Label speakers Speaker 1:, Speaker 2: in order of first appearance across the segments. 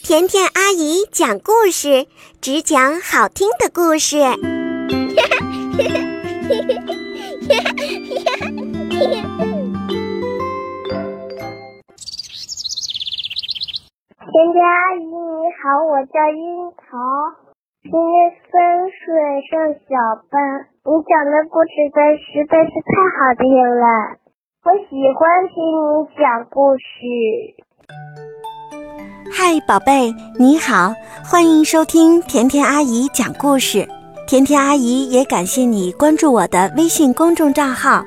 Speaker 1: 甜甜阿姨讲故事，只讲好听的故事。
Speaker 2: 甜甜阿姨你好，我叫樱桃，今年3岁，上小班。你讲的故事实在是太好听了，我喜欢听你讲故事。
Speaker 1: 嗨，宝贝，你好，欢迎收听甜甜阿姨讲故事。甜甜阿姨也感谢你关注我的微信公众账号。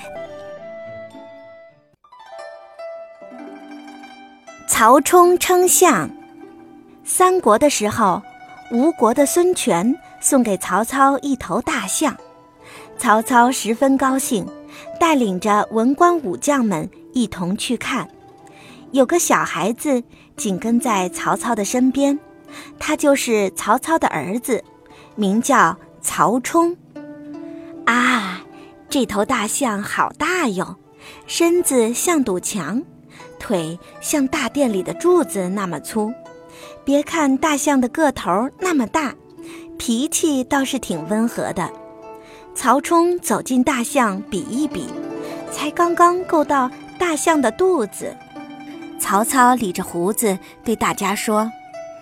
Speaker 1: 曹冲称象。三国的时候，吴国的孙权送给曹操一头大象，曹操十分高兴，带领着文官武将们一同去看。有个小孩子紧跟在曹操的身边，他就是曹操的儿子，名叫曹冲。啊，这头大象好大哟，身子像堵墙，腿像大殿里的柱子那么粗。别看大象的个头那么大，脾气倒是挺温和的。曹冲走进大象比一比，才刚刚够到大象的肚子。曹操理着胡子对大家说：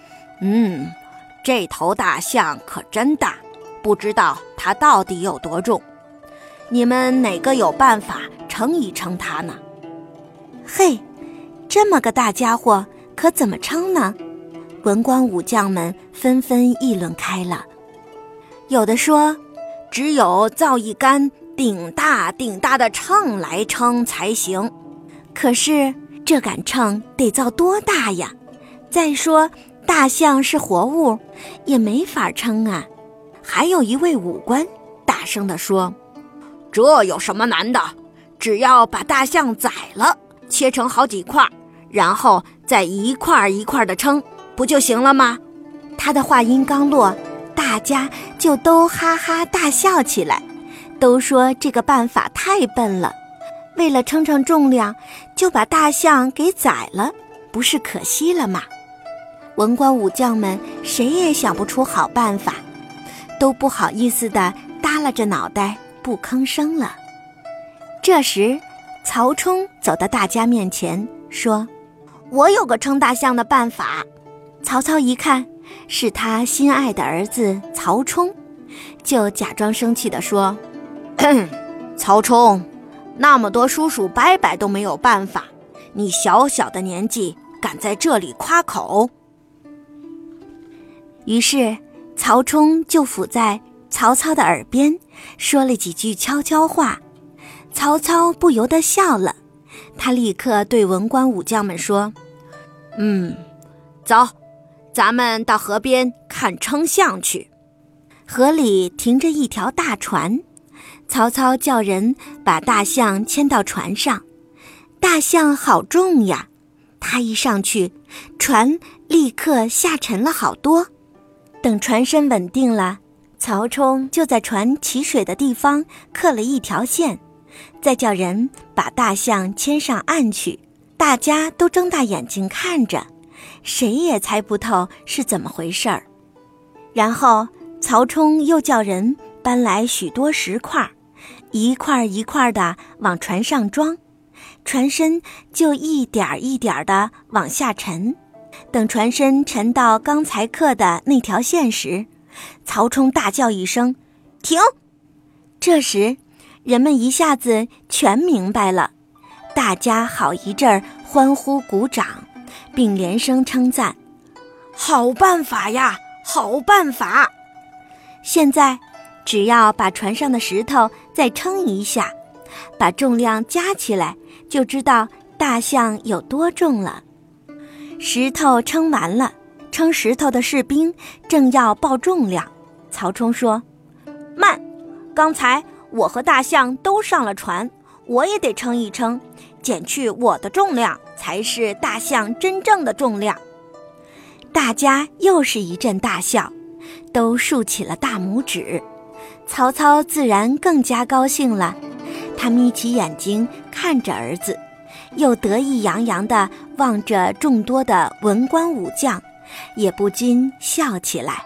Speaker 3: 这头大象可真大，不知道它到底有多重。你们哪个有办法称一称它呢？
Speaker 1: 嘿，这么个大家伙可怎么称呢？文官武将们纷纷议论开了。有的说，
Speaker 3: 只有造一杆顶大顶大的秤来称才行。
Speaker 1: 可是这杆秤得造多大呀？再说大象是活物，也没法称啊。
Speaker 3: 还有一位武官大声地说：这有什么难的？只要把大象宰了，切成好几块，然后再一块一块的称，不就行了吗？
Speaker 1: 他的话音刚落，大家就都哈哈大笑起来，都说这个办法太笨了，为了称称重量，就把大象给宰了，不是可惜了吗？文官武将们谁也想不出好办法，都不好意思地耷拉着脑袋不吭声了。这时曹冲走到大家面前说：我有个称大象的办法。曹操一看是他心爱的儿子曹冲，就假装生气地说：
Speaker 3: 曹冲，那么多叔叔伯伯都没有办法，你小小的年纪敢在这里夸口？
Speaker 1: 于是曹冲就伏在曹操的耳边说了几句悄悄话。曹操不由得笑了，他立刻对文官武将们说：
Speaker 3: 走，咱们到河边看称象去。
Speaker 1: 河里停着一条大船，曹操叫人把大象牵到船上。大象好重呀，他一上去，船立刻下沉了好多。等船身稳定了，曹冲就在船起水的地方刻了一条线，再叫人把大象牵上岸去。大家都睁大眼睛看着，谁也猜不透是怎么回事儿。然后曹冲又叫人搬来许多石块，一块一块的往船上装，船身就一点一点的往下沉。等船身沉到刚才刻的那条线时，曹冲大叫一声：停！这时人们一下子全明白了，大家好一阵儿欢呼鼓掌，并连声称赞：
Speaker 3: 好办法呀，好办法！
Speaker 1: 现在只要把船上的石头再称一下，把重量加起来，就知道大象有多重了。石头称完了，称石头的士兵正要报重量，曹冲说：慢，刚才我和大象都上了船，我也得称一称，减去我的重量才是大象真正的重量。大家又是一阵大笑，都竖起了大拇指。曹操自然更加高兴了，他眯起眼睛看着儿子，又得意洋洋地望着众多的文官武将， 也不禁笑起来。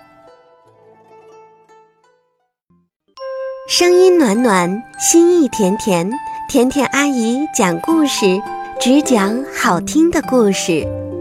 Speaker 1: 声音暖暖，心意甜甜，甜甜阿姨讲故事，只讲好听的故事。